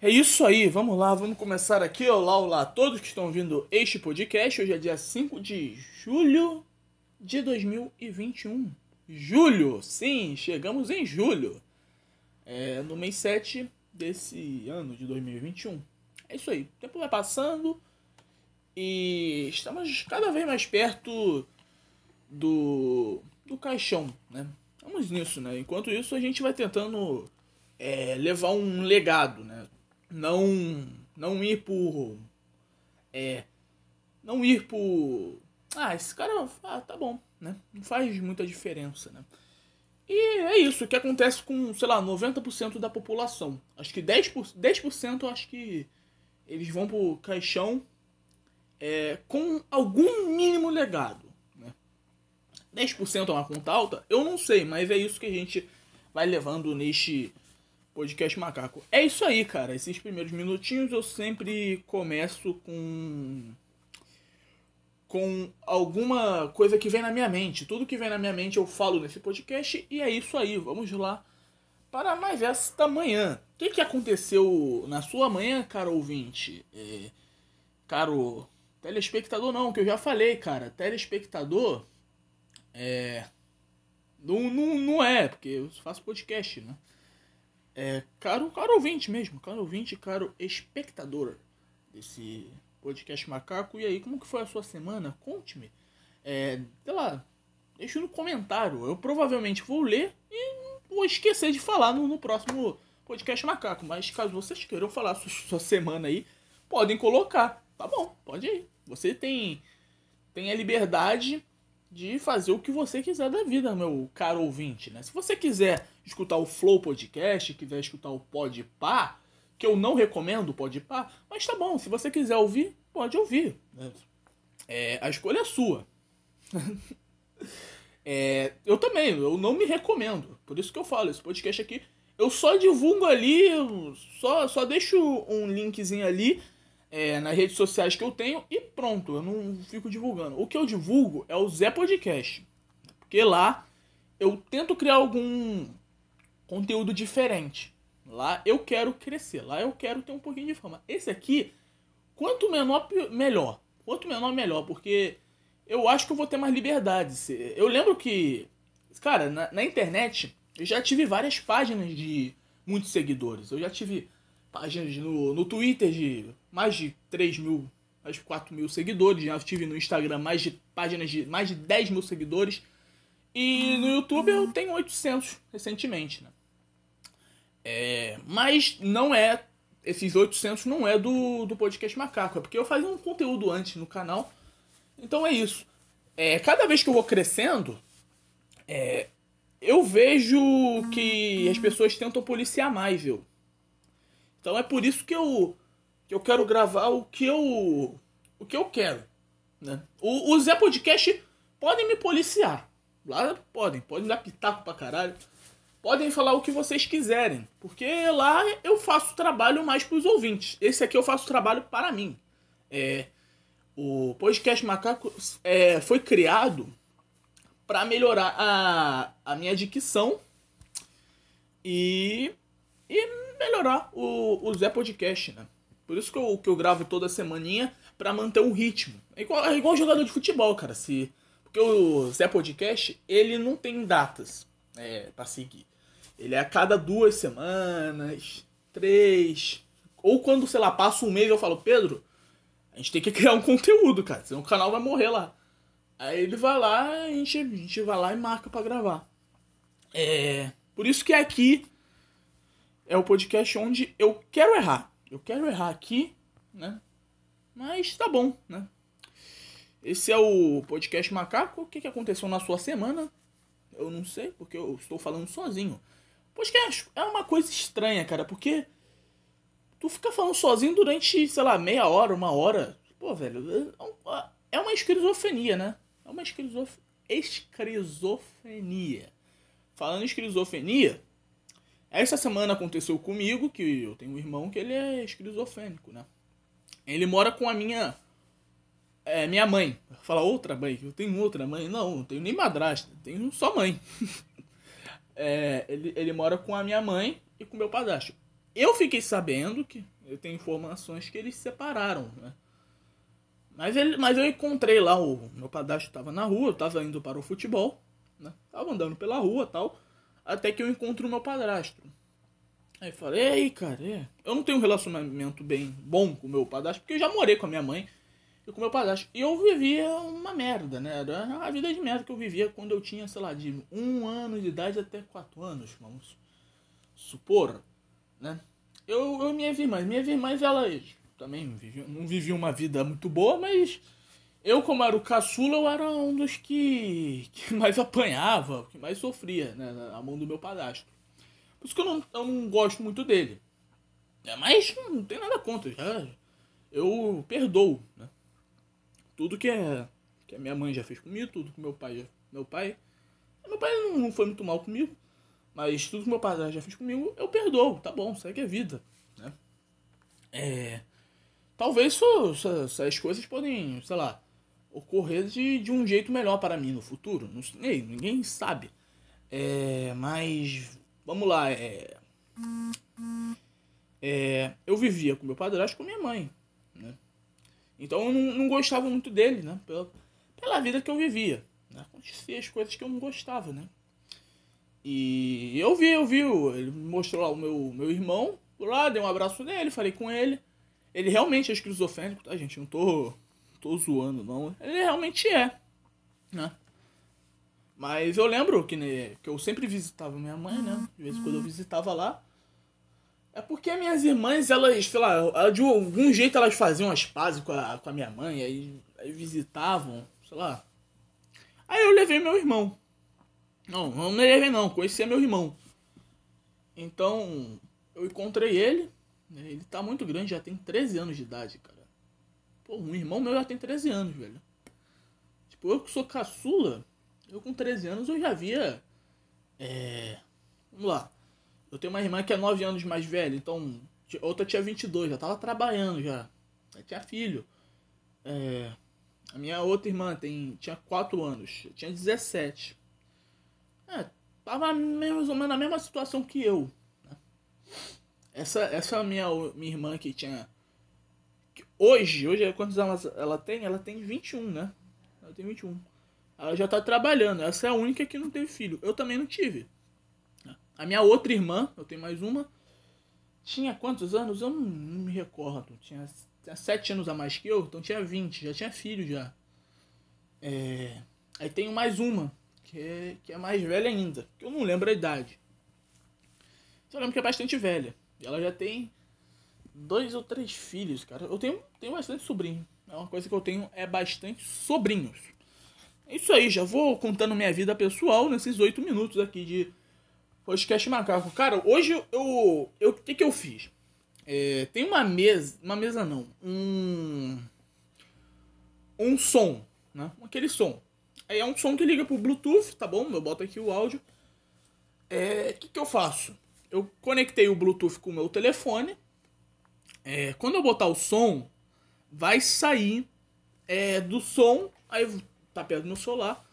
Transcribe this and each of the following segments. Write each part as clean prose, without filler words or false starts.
É isso aí, vamos lá, vamos começar aqui. Olá a todos que estão ouvindo este podcast. Hoje é dia 5 de julho de 2021. Julho, sim, chegamos em julho. No mês 7 desse ano de 2021. É isso aí, o tempo vai passando e estamos cada vez mais perto do caixão, né? Vamos nisso, né? Enquanto isso, a gente vai tentando levar um legado, né? Não ir por. Não ir por. Esse cara. Tá bom, né? Não faz muita diferença, né? E é isso que acontece com, sei lá, 90% da população. Acho que 10% acho que eles vão pro caixão com algum mínimo legado, né? 10% é uma conta alta? Eu não sei, mas é isso que a gente vai levando neste podcast macaco. É isso aí, cara. Esses primeiros minutinhos eu sempre começo com alguma coisa que vem na minha mente. Tudo que vem na minha mente eu falo nesse podcast e é isso aí. Vamos lá para mais esta manhã. O que aconteceu na sua manhã, caro ouvinte? Caro telespectador não, que eu já falei, cara. Telespectador não é, porque eu faço podcast, né? Caro ouvinte mesmo, caro ouvinte, caro espectador desse podcast macaco. E aí, como que foi a sua semana? Conte-me. Sei lá, deixa no comentário. Eu provavelmente vou ler e vou esquecer de falar no próximo podcast macaco. Mas caso vocês queiram falar sua semana aí, podem colocar. Tá bom, pode ir. Você tem a liberdade de fazer o que você quiser da vida, meu caro ouvinte, né? Se você quiser escutar o Flow Podcast, quiser escutar o Podpah, que eu não recomendo o Podpah, mas tá bom, se você quiser ouvir, pode ouvir, né? A escolha é sua. Eu também, eu não me recomendo, por isso que eu falo, esse podcast aqui, eu só divulgo ali, só deixo um linkzinho ali, nas redes sociais que eu tenho e pronto, eu não fico divulgando. O que eu divulgo é o Zé Podcast, porque lá eu tento criar algum conteúdo diferente. Lá eu quero crescer, lá eu quero ter um pouquinho de fama. Esse aqui, quanto menor, melhor. Quanto menor, melhor, porque eu acho que eu vou ter mais liberdade. Eu lembro que, cara, na internet, eu já tive várias páginas de muitos seguidores. Eu já tive páginas no Twitter de mais de 3 mil, mais de 4 mil seguidores. Já tive no Instagram páginas de mais de 10 mil seguidores. E no YouTube eu tenho 800 recentemente, né? Mas não é... Esses 800 não é do podcast Macaco. É porque eu fazia um conteúdo antes no canal. Então é isso. Cada vez que eu vou crescendo, eu vejo que as pessoas tentam policiar mais, viu? Então é por isso que eu quero gravar o que eu quero, né? O Zé Podcast podem me policiar. Lá podem dar pitaco pra caralho. Podem falar o que vocês quiserem. Porque lá eu faço trabalho mais pros ouvintes. Esse aqui eu faço trabalho para mim. O podcast Macaco foi criado para melhorar a minha dicção e melhorar o Zé Podcast, né? Por isso que eu gravo toda semaninha para manter um ritmo. É igual jogador de futebol, cara. Porque o Zé Podcast, ele não tem datas para seguir. Ele é a cada 2 semanas, 3. Ou quando, sei lá, passa um mês eu falo, Pedro, a gente tem que criar um conteúdo, cara. Senão o canal vai morrer lá. Aí ele vai lá, a gente vai lá e marca pra gravar. Por isso que aqui é o podcast onde eu quero errar. Eu quero errar aqui, né? Mas tá bom, né? Esse é o podcast Macaco. O que aconteceu na sua semana? Eu não sei, porque eu estou falando sozinho. Podcast é uma coisa estranha, cara, porque tu fica falando sozinho durante, sei lá, meia hora, 1 hora. Pô, velho, é uma esquizofrenia, né? É uma esquizofrenia. Falando em esquizofrenia, essa semana aconteceu comigo, que eu tenho um irmão que ele é esquizofrênico, né? Ele mora com a minha mãe. Fala outra mãe, eu tenho outra mãe. Não tenho nem madrasta, tenho só mãe. Ele mora com a minha mãe e com o meu padrasto. Eu fiquei sabendo que eu tenho informações que eles se separaram, né? Mas eu encontrei lá, o meu padrasto estava na rua, eu estava indo para o futebol, né? Tava andando pela rua e tal, até que eu encontro o meu padrasto. Aí falei, ei, cara, eu não tenho um relacionamento bem bom com o meu padrasto, porque eu já morei com a minha mãe e com o meu padrasto. E eu vivia uma merda, né? Era a vida de merda que eu vivia quando eu tinha, sei lá, de 1 ano de idade até 4 anos, vamos supor, né? Eu e minhas irmãs, elas também não viviam uma vida muito boa, mas eu, como era o caçula, eu era um dos que mais apanhava, que mais sofria, né? Na mão do meu padrasto. Por isso que eu não gosto muito dele. Mas não tem nada contra, eu perdoo, né? Tudo que a minha mãe já fez comigo, tudo que meu pai não foi muito mal comigo, mas tudo que meu pai já fez comigo, eu perdoo, tá bom, segue a vida, né? Talvez essas coisas podem, sei lá, ocorrer de um jeito melhor para mim no futuro, não sei, ninguém sabe. Mas, vamos lá, eu vivia com meu padrasto e com minha mãe, né? Então eu não gostava muito dele, né? Pela vida que eu vivia, né? Acontecia as coisas que eu não gostava, né? E eu vi, ele me mostrou lá o meu irmão, lá, dei um abraço nele, falei com ele. Ele realmente é esquizofrênico, tá, gente? Não tô zoando, não. Ele realmente é, né? Mas eu lembro que eu sempre visitava minha mãe, né? De vez em quando eu visitava lá. É porque minhas irmãs, elas, sei lá, de algum jeito elas faziam as pazes com a minha mãe, aí visitavam, sei lá. Aí eu levei meu irmão. Não levei não, conhecia meu irmão. Então, eu encontrei ele, né? Ele tá muito grande, já tem 13 anos de idade, cara. Pô, um irmão meu já tem 13 anos, velho. Tipo, eu que sou caçula, eu com 13 anos eu já via. Vamos lá. Eu tenho uma irmã que é 9 anos mais velha, então. Outra tinha 22, já tava trabalhando já. Já tinha filho. A minha outra irmã tinha 4 anos, eu tinha 17. Tava mais ou menos na mesma situação que eu. Essa minha irmã que tinha. Hoje, quantos anos ela tem? Ela tem 21, né? Ela tem 21. Ela já tá trabalhando. Essa é a única que não teve filho. Eu também não tive. A minha outra irmã, eu tenho mais uma, tinha quantos anos? Eu não me recordo. Tinha 7 anos a mais que eu, então tinha 20. Já tinha filho já. Aí tenho mais uma, que é mais velha ainda. Que eu não lembro a idade. Então eu lembro que é bastante velha. E ela já tem 2 ou 3 filhos, cara. Eu tenho bastante sobrinho. É uma coisa que eu tenho, é bastante sobrinhos. É isso aí, já vou contando minha vida pessoal nesses 8 minutos aqui de podcast macaco. Cara, hoje o que eu fiz? Tem uma mesa não, um som, né? Aquele som. Aí é um som que liga pro Bluetooth, tá bom? Eu boto aqui o áudio. Que eu faço? Eu conectei o Bluetooth com o meu telefone. Quando eu botar o som, vai sair do som, aí tá perto do meu celular,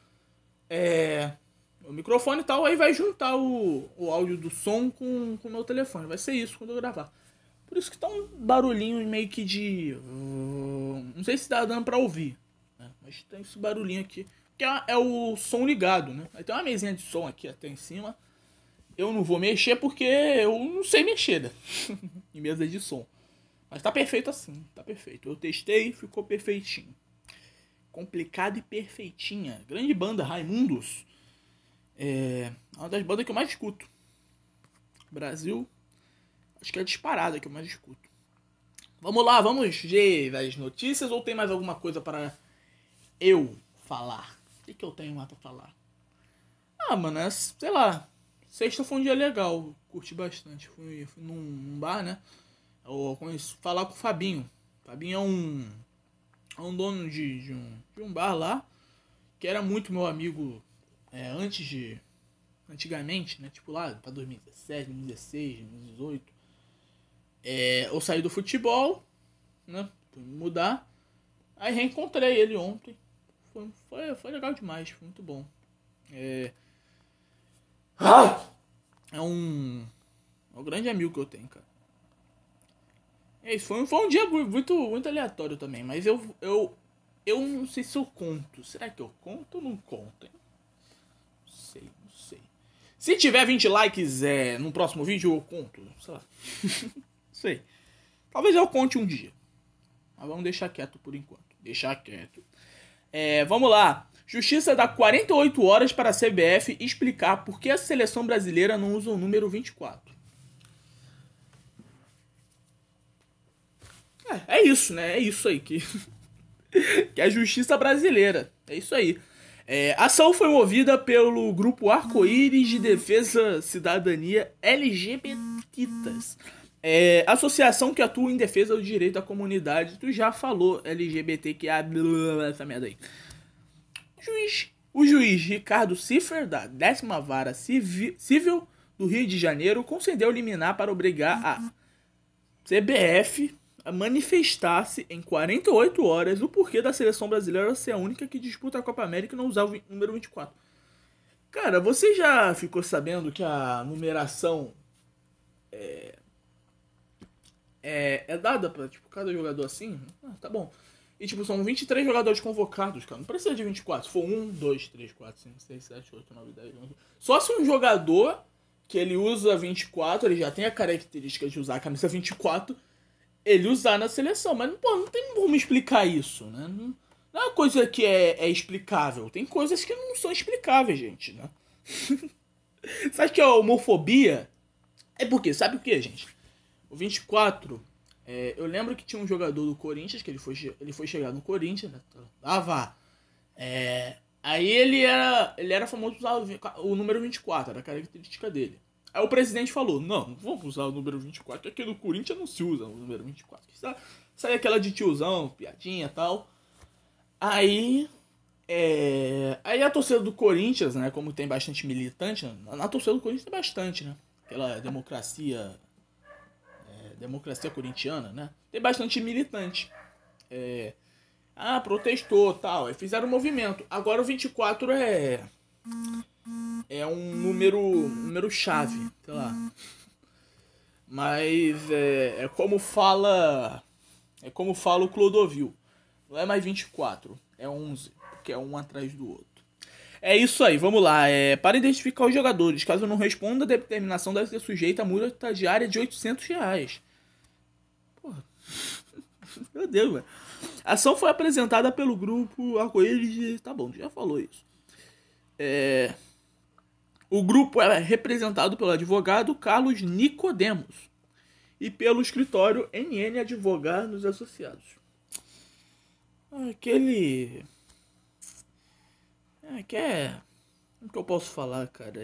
o microfone e tal, aí vai juntar o áudio do som com o meu telefone. Vai ser isso quando eu gravar. Por isso que tá um barulhinho meio que de. Não sei se tá dando pra ouvir, né? Mas tem esse barulhinho aqui. Que é o som ligado, né? Aí tem uma mesinha de som aqui até em cima. Eu não vou mexer porque eu não sei mexer, né? Em mesa de som. Mas tá perfeito assim, tá perfeito. Eu testei, ficou perfeitinho. Complicado e perfeitinha. Grande banda, Raimundos. É uma das bandas que eu mais escuto. Brasil, acho que é a disparada que eu mais escuto. Vamos lá, vamos ver as notícias ou tem mais alguma coisa para eu falar? O que eu tenho lá pra falar? Mano, sei lá. Sexta foi um dia legal, curti bastante. Fui num bar, né? Eu conheci, falar com o Fabinho. O Fabinho é um dono de um bar lá, que era muito meu amigo antigamente, né? Tipo lá pra 2017, 2016, 2018. Eu saí do futebol, né? Fui me mudar. Aí reencontrei ele ontem. Foi legal demais, foi muito bom. É um grande amigo que eu tenho, cara. É isso, foi um dia muito aleatório também, mas eu não sei se eu conto. Será que eu conto ou não conto, hein? Não sei. Se tiver 20 likes no próximo vídeo, eu conto. Sei lá. Não sei. Talvez eu conte um dia. Mas vamos deixar quieto por enquanto. Deixar quieto. Vamos lá. Justiça dá 48 horas para a CBF explicar por que a seleção brasileira não usa o número 24. É isso, né? É isso aí que é a justiça brasileira. É isso aí. A ação foi movida pelo grupo Arco-Íris de Defesa Cidadania LGBTitas. Associação que atua em defesa do direito da comunidade. Tu já falou LGBTQIA, essa merda aí. O juiz Ricardo Ciffer, da 10ª Vara Civil do Rio de Janeiro, concedeu liminar para obrigar a CBF a manifestar-se em 48 horas o porquê da seleção brasileira ser a única que disputa a Copa América e não usar o número 24. Cara, você já ficou sabendo que a numeração é dada pra, tipo, cada jogador assim? Tá bom. E, tipo, são 23 jogadores convocados, cara. Não precisa de 24. Se for 1, 2, 3, 4, 5, 6, 7, 8, 9, 10, 11. Só se um jogador que ele usa 24, ele já tem a característica de usar a camisa 24, ele usar na seleção. Mas, pô, não tem como explicar isso, né? Não é uma coisa que é explicável. Tem coisas que não são explicáveis, gente, né? Sabe que é a homofobia? É porque, sabe o que, gente? O 24, eu lembro que tinha um jogador do Corinthians, que ele foi chegar no Corinthians, né? Aí ele era famoso por usar o número 24, era a característica dele. Aí o presidente falou, não vamos usar o número 24, porque aqui no Corinthians não se usa o número 24. Sai aquela de tiozão, piadinha e tal. Aí a torcida do Corinthians, né, como tem bastante militante, na torcida do Corinthians tem bastante, né? Aquela democracia corintiana, né? Tem bastante militante. Protestou, tal. Aí fizeram um movimento. Agora o 24 é um número chave, sei lá. Mas é como fala o Clodovil. Não é mais 24, é 11, porque é um atrás do outro. É isso aí, vamos lá. Para identificar os jogadores, caso não responda, a determinação deve ser sujeita a multa diária de R$800. Porra. Meu Deus, velho. A ação foi apresentada pelo grupo Arco-Íris de... Tá bom, já falou isso. O grupo é representado pelo advogado Carlos Nicodemos e pelo escritório NN Advogados Associados. Aquele... O que eu posso falar, cara?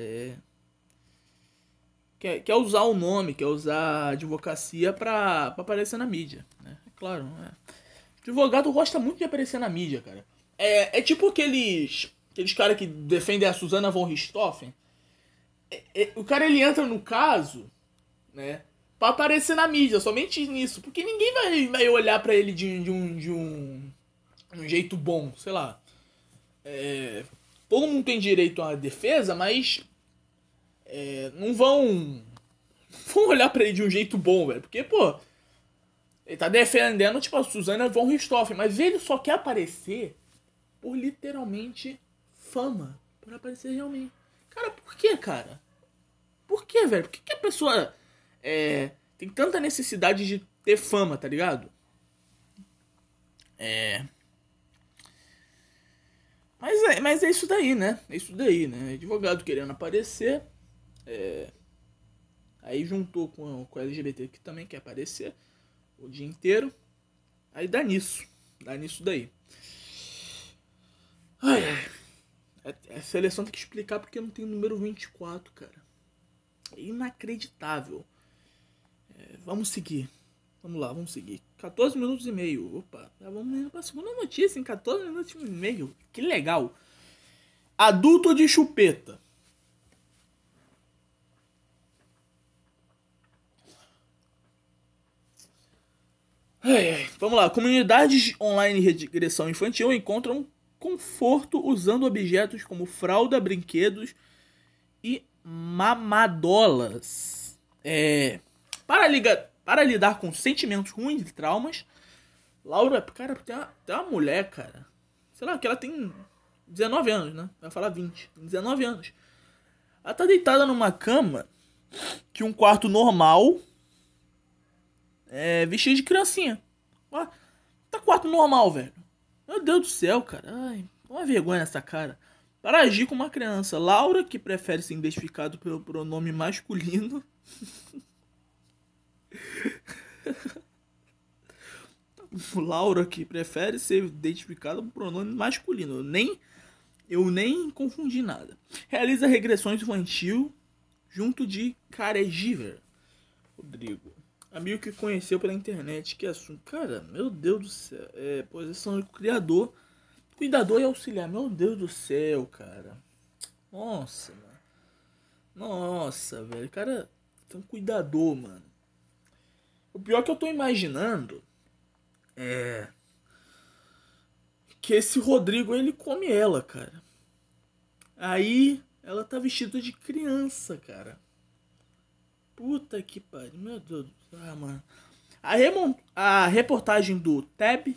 Quer usar o nome, quer usar a advocacia pra aparecer na mídia, né? É claro, né? Advogado gosta muito de aparecer na mídia, cara. É tipo aqueles caras que defendem a Susana von Richthofen. O cara, ele entra no caso, né, pra aparecer na mídia, somente nisso. Porque ninguém vai olhar pra ele de um jeito bom, sei lá. Todo mundo tem direito à defesa, mas não vão olhar pra ele de um jeito bom, velho. Porque, pô, ele tá defendendo, tipo, a Susana von Richthofen, mas ele só quer aparecer por literalmente fama. Por aparecer realmente. Cara, por que, cara? Por que, velho? Por que a pessoa tem tanta necessidade de ter fama, tá ligado? Mas é isso daí, né? É isso daí, né? Advogado querendo aparecer. Aí juntou com a LGBT que também quer aparecer o dia inteiro. Aí dá nisso. Dá nisso daí. A seleção tem que explicar porque não tem o número 24, cara. É inacreditável. Vamos seguir. Vamos lá, vamos seguir. 14 minutos e meio. Opa, vamos indo pra segunda notícia em 14 minutos e meio. Que legal. Adulto de chupeta. Vamos lá. Comunidades online de regressão infantil encontram conforto usando objetos como fralda, brinquedos e mamadolas. Para para lidar com sentimentos ruins e traumas. Laura, cara, tem uma mulher, cara. Sei lá, que ela tem 19 anos, né? Vai falar 20. Tem 19 anos. Ela tá deitada numa cama que um quarto normal vestido de criancinha. Tá quarto normal, velho. Meu Deus do céu, cara. Ai, uma vergonha nessa cara. Para agir com uma criança. Laura, que prefere ser identificado pelo pronome masculino. Laura, que prefere ser identificado por pronome masculino. Eu nem confundi nada. Realiza regressões infantil junto de caregiver. Rodrigo. Amigo que conheceu pela internet. Que assunto. Cara, meu Deus do céu. Posição de criador. Cuidador e auxiliar. Meu Deus do céu, cara. Nossa, mano. Nossa, velho. Cara, tem um cuidador, mano. O pior que eu tô imaginando que esse Rodrigo, ele come ela, cara. Aí, ela tá vestida de criança, cara. Puta que pariu. Meu Deus. Mano. A reportagem do Tab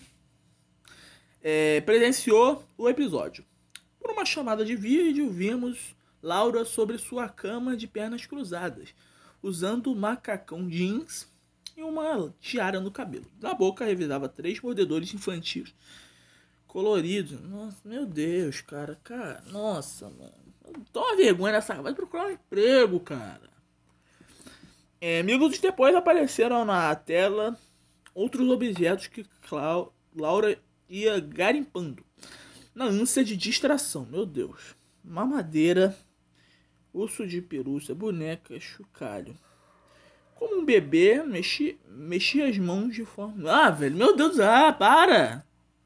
presenciou o episódio. Por uma chamada de vídeo, vimos Laura sobre sua cama de pernas cruzadas, usando macacão jeans e uma tiara no cabelo. Na boca revisava 3 mordedores infantis coloridos. Nossa, meu Deus, cara. Nossa, mano. Toma vergonha nessa. Vai procurar um emprego, cara. Minutos depois apareceram na tela outros objetos que Laura ia garimpando na ânsia de distração. Meu Deus. Mamadeira, urso de pelúcia, boneca, chocalho. Como um bebê, mexia as mãos de forma... velho, meu Deus, para!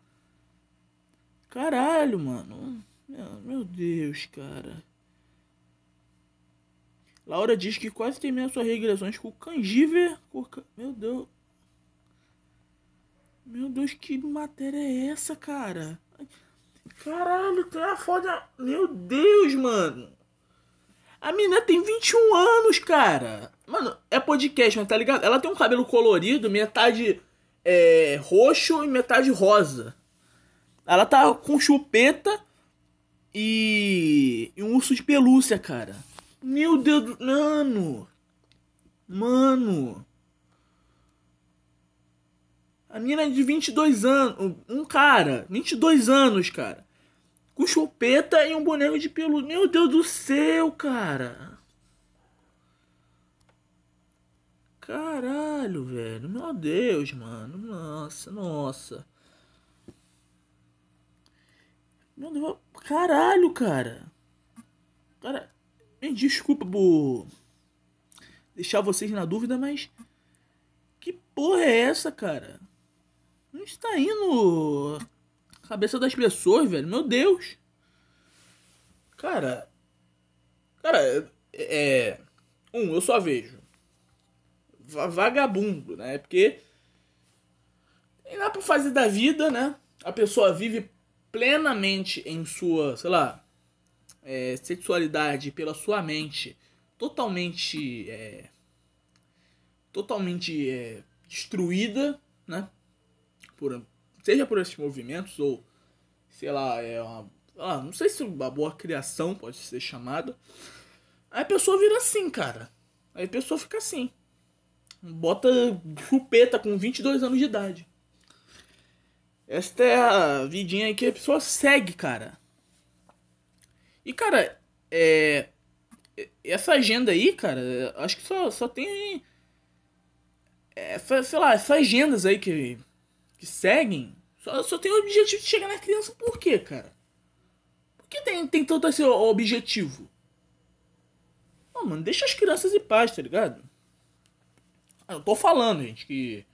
Caralho, mano. Meu Deus, cara. Laura diz que quase termina suas regressões com o Cangiver. Meu Deus. Meu Deus, que matéria é essa, cara? Caralho, tem a foda... Meu Deus, mano. A menina tem 21 anos, cara. Mano, é podcast, mas tá ligado? Ela tem um cabelo colorido, metade roxo e metade rosa. Ela tá com chupeta e um urso de pelúcia, cara. Meu Deus do... Mano. A menina é de 22 anos. Um cara, 22 anos, cara. Com chupeta e um boneco de pelúcia. Meu Deus do céu, cara. Caralho, velho. Meu Deus, mano. Nossa. Meu Deus. Caralho, cara. Cara, me desculpa por deixar vocês na dúvida, mas... Que porra é essa, cara? Não está indo a cabeça das pessoas, velho. Meu Deus. Cara, eu só vejo vagabundo, né? Porque tem nada pra fazer da vida, né? A pessoa vive plenamente em sua, sei lá, sexualidade pela sua mente totalmente destruída, né? Seja por esses movimentos ou, sei lá, não sei se uma boa criação pode ser chamada. Aí a pessoa vira assim, cara. Aí a pessoa fica assim. Bota chupeta com 22 anos de idade. Esta é a vidinha aí que a pessoa segue, cara. E, cara, essa agenda aí, cara, acho que só tem... sei lá, essas agendas aí que seguem, só tem o objetivo de chegar na criança. Por quê, cara? Por que tem todo esse objetivo? Não, mano, deixa as crianças em paz, tá ligado? Eu tô falando, gente, que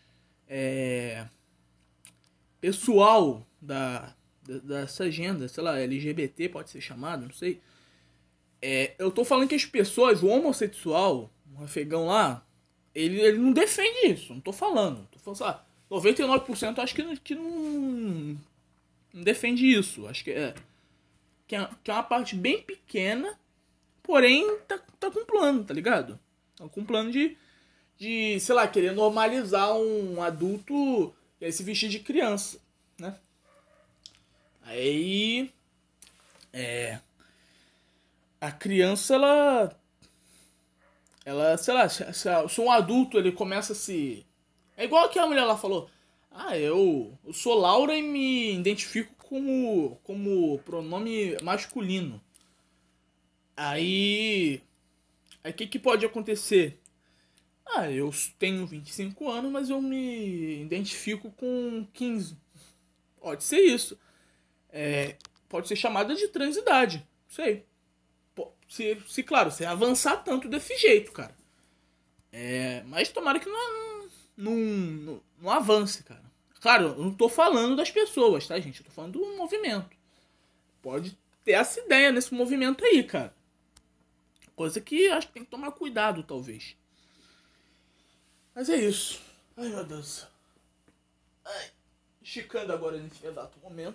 pessoal dessa agenda, sei lá, LGBT pode ser chamado, não sei. Eu tô falando que as pessoas, o homossexual, o afegão lá, ele não defende isso, não tô falando. Tô falando, sei lá, 99% acho que não defende isso. Acho que é uma parte bem pequena, porém tá com plano, tá ligado? Tá com plano de de, sei lá, querer normalizar um adulto e aí se vestir de criança, né? Aí, a criança, sei lá, se um adulto ele começa a se... É igual que a mulher lá falou, eu sou Laura e me identifico como pronome masculino. Aí o que pode acontecer? Eu tenho 25 anos, mas eu me identifico com 15. Pode ser isso. Pode ser chamada de transidade. Não sei. Claro, se avançar tanto desse jeito, cara. Mas tomara que não avance, cara. Claro, eu não tô falando das pessoas, tá, gente? Eu tô falando do movimento. Pode ter essa ideia nesse movimento aí, cara. Coisa que acho que tem que tomar cuidado, talvez. Mas é isso. Ai, meu Deus. Esticando agora nesse exato momento.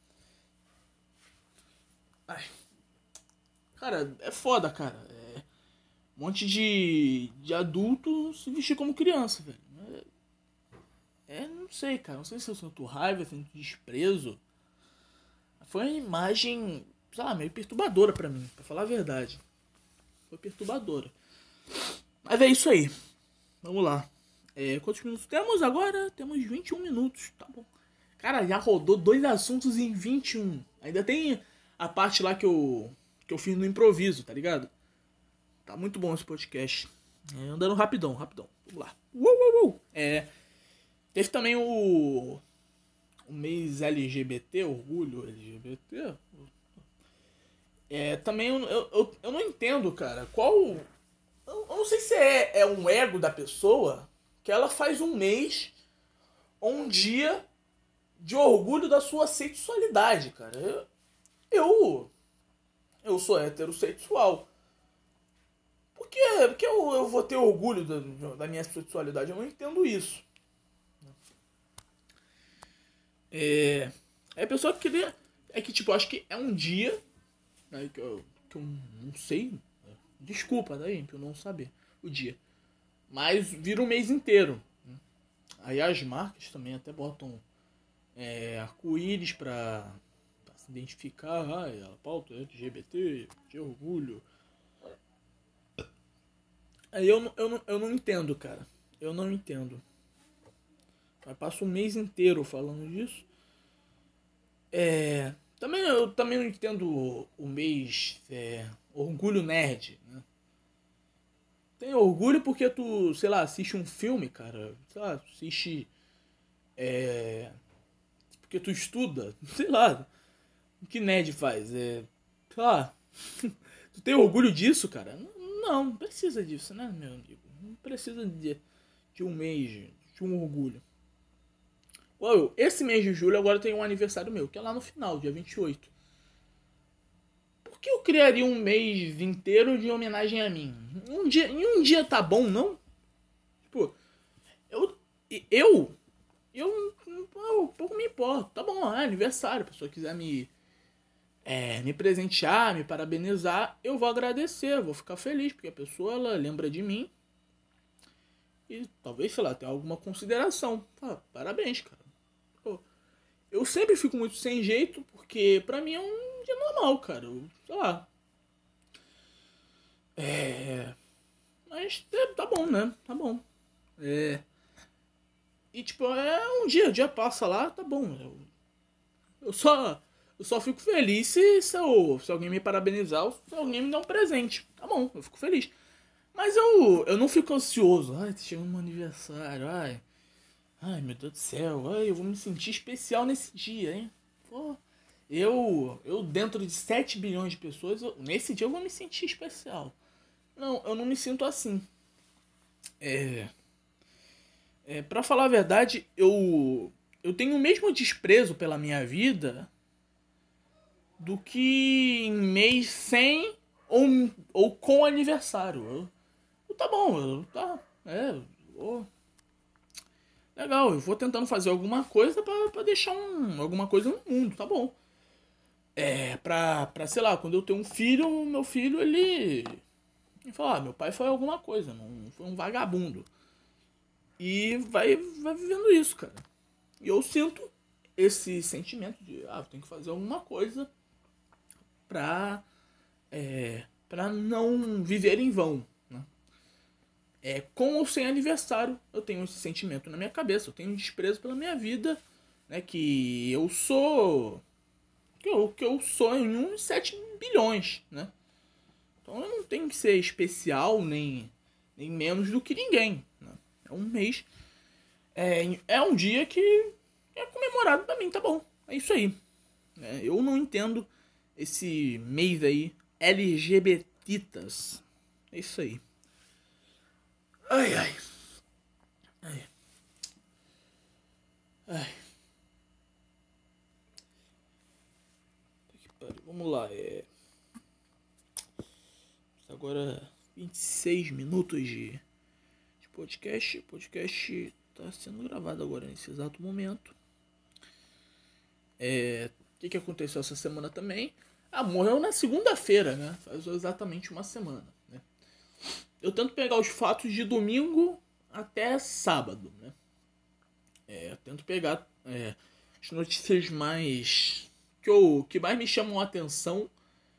Cara, é foda, cara. Um monte de adulto se vestir como criança, velho. Não sei, cara. Não sei se eu sinto raiva, sinto desprezo. Foi uma imagem, sei lá, meio perturbadora pra mim, pra falar a verdade. Foi perturbadora. Mas é isso aí. Vamos lá. Quantos minutos temos agora? Temos 21 minutos. Tá bom. Cara, já rodou 2 assuntos em 21. Ainda tem a parte lá que eu fiz no improviso, tá ligado? Tá muito bom esse podcast. Andando rapidão. Vamos lá. Teve também o mês LGBT, orgulho LGBT. Também eu não entendo, cara, qual... Eu não sei se é um ego da pessoa que ela faz um mês ou um dia de orgulho da sua sexualidade, cara. Eu sou heterossexual. Por que eu vou ter orgulho da minha sexualidade? Eu não entendo isso. A pessoa que queria... É que, tipo, acho que é um dia... Né, que eu não sei... Desculpa, daí, pra eu não saber o dia. Mas vira um mês inteiro. Aí as marcas também até botam arco-íris pra se identificar. A pauta LGBT, de orgulho. Aí eu não entendo, cara. Eu não entendo. Eu passo um mês inteiro falando disso. Eu também não entendo o mês orgulho nerd, né? Tem orgulho porque tu, sei lá, assiste um filme, cara. Sei lá, assiste... porque tu estuda. Sei lá. O que nerd faz? Sei lá. Tu tem orgulho disso, cara? Não precisa disso, né, meu amigo? Não precisa de um mês, de um orgulho. Esse mês de julho agora tem um aniversário meu, que é lá no final, dia 28. Por que eu criaria um mês inteiro de homenagem a mim? Em um dia tá bom, não? Tipo, eu pouco me importo. Tá bom, é aniversário. A pessoa quiser me presentear, me parabenizar, eu vou agradecer, vou ficar feliz, porque a pessoa ela lembra de mim. E talvez, sei lá, tenha alguma consideração. Parabéns, cara. Eu sempre fico muito sem jeito, porque pra mim é um dia normal, cara. Sei lá. Mas tá bom, né? Tá bom. E tipo, um dia, o dia passa lá, tá bom. Eu só fico feliz se alguém me parabenizar ou se alguém me dá um presente. Tá bom, eu fico feliz. Mas eu não fico ansioso. Tá chegando meu aniversário. Ai, meu Deus do céu. Eu vou me sentir especial nesse dia, hein? Pô, eu dentro de 7 bilhões de pessoas, nesse dia eu vou me sentir especial. Não, eu não me sinto assim. Pra falar a verdade, eu tenho o mesmo desprezo pela minha vida do que em mês sem ou com aniversário. Tá bom, legal, eu vou tentando fazer alguma coisa pra deixar alguma coisa no mundo, tá bom. Pra, sei lá, quando eu tenho um filho, meu filho, ele fala, meu pai foi alguma coisa, não foi um vagabundo. E vai vivendo isso, cara. E eu sinto esse sentimento de, eu tenho que fazer alguma coisa pra, pra não viver em vão, né? Com ou sem aniversário, eu tenho esse sentimento na minha cabeça. Eu tenho um desprezo pela minha vida, né? Que eu sou... Que eu sou em uns 7 bilhões, né? Então eu não tenho que ser especial, nem menos do que ninguém, né? É um mês... É um dia que é comemorado pra mim, tá bom. É isso aí. Eu não entendo esse mês aí, LGBTitas. É isso aí. Ai, ai. Ai. Ai. Vamos lá. Agora 26 minutos de podcast. O podcast tá sendo gravado agora nesse exato momento. O que aconteceu essa semana também? Morreu na segunda-feira, né? Faz exatamente uma semana, né? Eu tento pegar os fatos de domingo até sábado, né? Tento pegar as notícias mais... que mais me chamam a atenção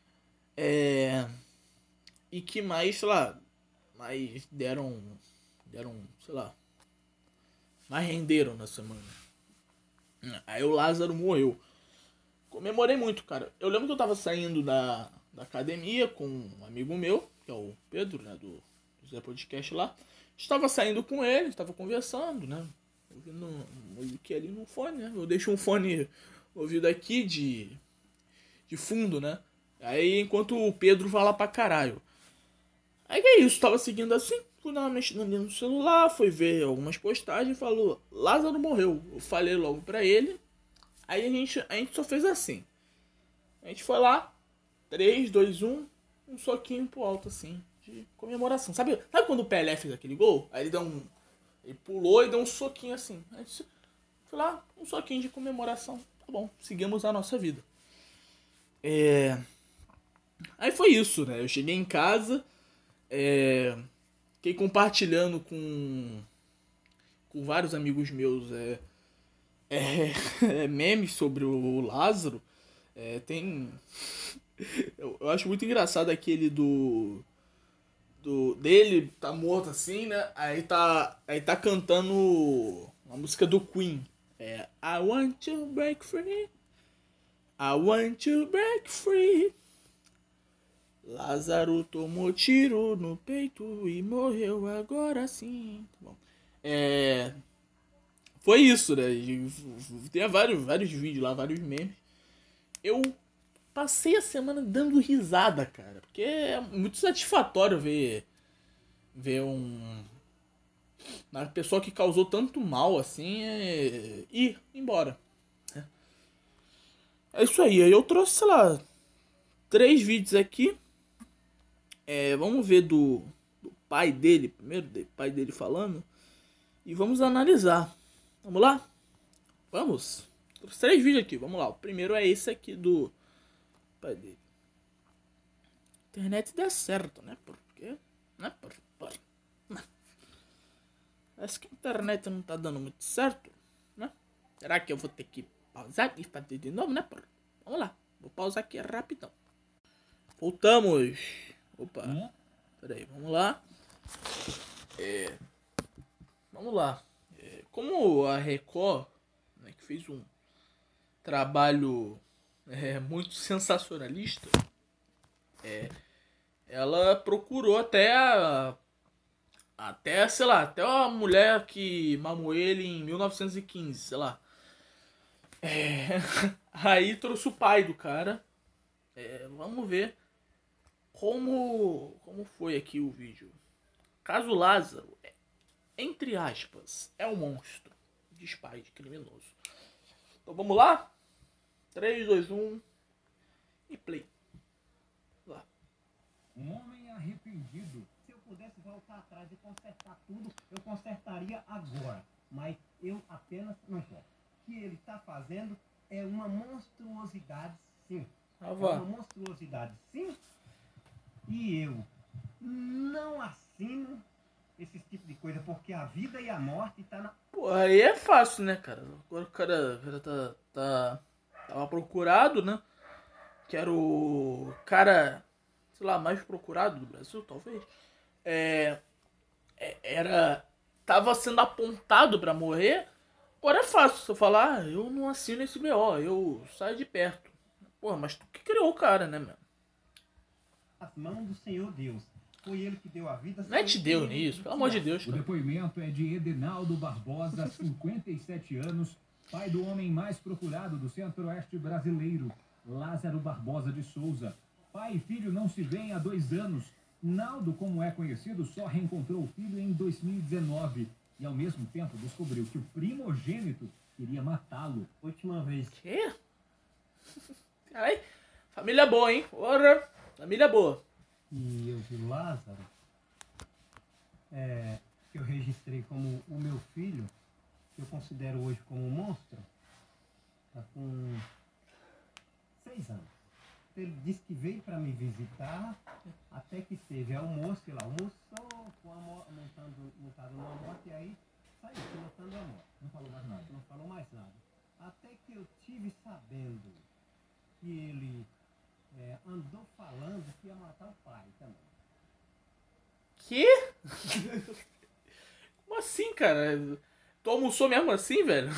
e que mais, sei lá, mais deram, sei lá, mais renderam na semana. Aí o Lázaro morreu. Comemorei muito, cara. Eu lembro que eu tava saindo da academia com um amigo meu, que é o Pedro, né, do Zé Podcast lá. Estava saindo com ele, estava conversando, né, ouvindo música ali no fone, né. Eu deixo um fone ouvido aqui de fundo, né. Aí enquanto o Pedro fala pra caralho. Aí que é isso, tava seguindo assim, fui dar uma mexida ali no celular, fui ver algumas postagens e falou, Lázaro morreu. Eu falei logo pra ele. Aí a gente só fez assim. A gente foi lá, 3, 2, um soquinho pro alto assim, de comemoração. Sabe quando o Pelé fez aquele gol? Aí ele deu um. Ele pulou e deu um soquinho assim. A gente foi lá, um soquinho de comemoração. Tá bom, seguimos a nossa vida. Aí foi isso, né? Eu cheguei em casa. Fiquei compartilhando com vários amigos meus memes sobre o Lázaro. Tem. Eu acho muito engraçado aquele dele tá morto assim, né? Aí tá cantando uma música do Queen. I want to break free. I want to break free. Lázaro tomou tiro no peito e morreu agora sim. Bom, foi isso, né? Tem vários vídeos lá, vários memes. Eu passei a semana dando risada, cara. Porque é muito satisfatório ver uma pessoa que causou tanto mal assim ir embora. É isso aí. Aí eu trouxe, sei lá, 3 vídeos aqui. Vamos ver do pai dele primeiro, do pai dele falando. E vamos analisar. Vamos lá? Vamos. Trouxe 3 vídeos aqui, vamos lá. O primeiro é esse aqui do pai dele. Internet dá certo, né? Porque... Né? Não. Parece que a internet não tá dando muito certo, né? Será que eu vou ter que pausar e fazer de novo, né? Vamos lá. Vou pausar aqui rapidão. Voltamos. Opa. Peraí, vamos lá. Vamos lá. Como a Record, né, que fez um trabalho muito sensacionalista, ela procurou sei lá, até a mulher que mamou ele em 1915, sei lá. Aí trouxe o pai do cara. Vamos ver como foi aqui o vídeo. Caso Lázaro, entre aspas, é um monstro. Diz pai de criminoso. Então vamos lá? 3, 2, 1 e play. Lá. Um homem arrependido. Se eu pudesse voltar atrás e consertar tudo, eu consertaria agora. Mas eu apenas não posso. O que ele está fazendo é uma monstruosidade, sim. É uma monstruosidade, sim. E eu não assino esse tipo de coisa, porque a vida e a morte tá na... Pô, aí é fácil, né, cara? Agora o cara tava procurado, né? Que era o cara, sei lá, mais procurado do Brasil, talvez. É, era... Tava sendo apontado pra morrer. Agora é fácil você falar, eu não assino esse BO, eu saio de perto. Porra, mas tu que criou o cara, né, meu? as mãos do Senhor Deus. Foi ele que deu a vida. Mete Deus nisso, pelo amor de Deus. O depoimento é de Edenaldo Barbosa, 57 anos, pai do homem mais procurado do centro-oeste brasileiro, Lázaro Barbosa de Souza. Pai e filho não se veem há 2 anos. Naldo, como é conhecido, só reencontrou o filho em 2019 e, ao mesmo tempo, descobriu que o primogênito queria matá-lo. Última vez. Quê? Caralho, família boa, hein? Ora, família boa. E eu vi Lázaro, que eu registrei como o meu filho, que eu considero hoje como um monstro, tá com 6 anos. Ele disse que veio para me visitar, até que teve almoço, que lá almoçou, com a montado numa moto, e aí saiu pilotando a moto. Não falou mais nada. Não falou mais nada. Até que eu tive sabendo que ele andou falando que ia matar o pai também. Que? Como assim, cara? Tu almoçou mesmo assim, velho?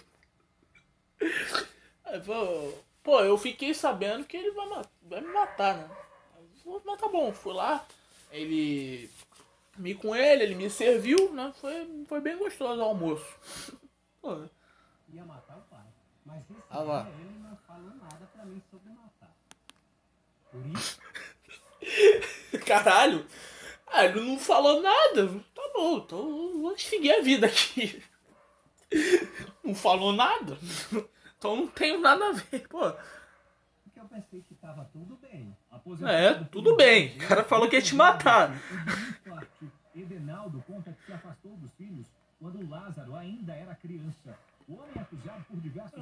Pô, eu fiquei sabendo que ele vai me matar, né? Mas tá bom, fui lá, ele... Comi com ele me serviu, né? Foi bem gostoso o almoço. Pô, Ia matar o pai. Mas esse lá. dia ele não falou nada pra mim sobre matar. Por isso, caralho! Ah, ele não falou nada. Tá bom, então vou seguir a vida aqui. Não falou nada. Então não tenho nada a ver, pô. porque eu pensei que tava tudo bem. Tudo bem. O cara falou que ia te matar. Edenaldo conta que se afastou dos filhos quando Lázaro ainda era criança. O homem é acusado por diversos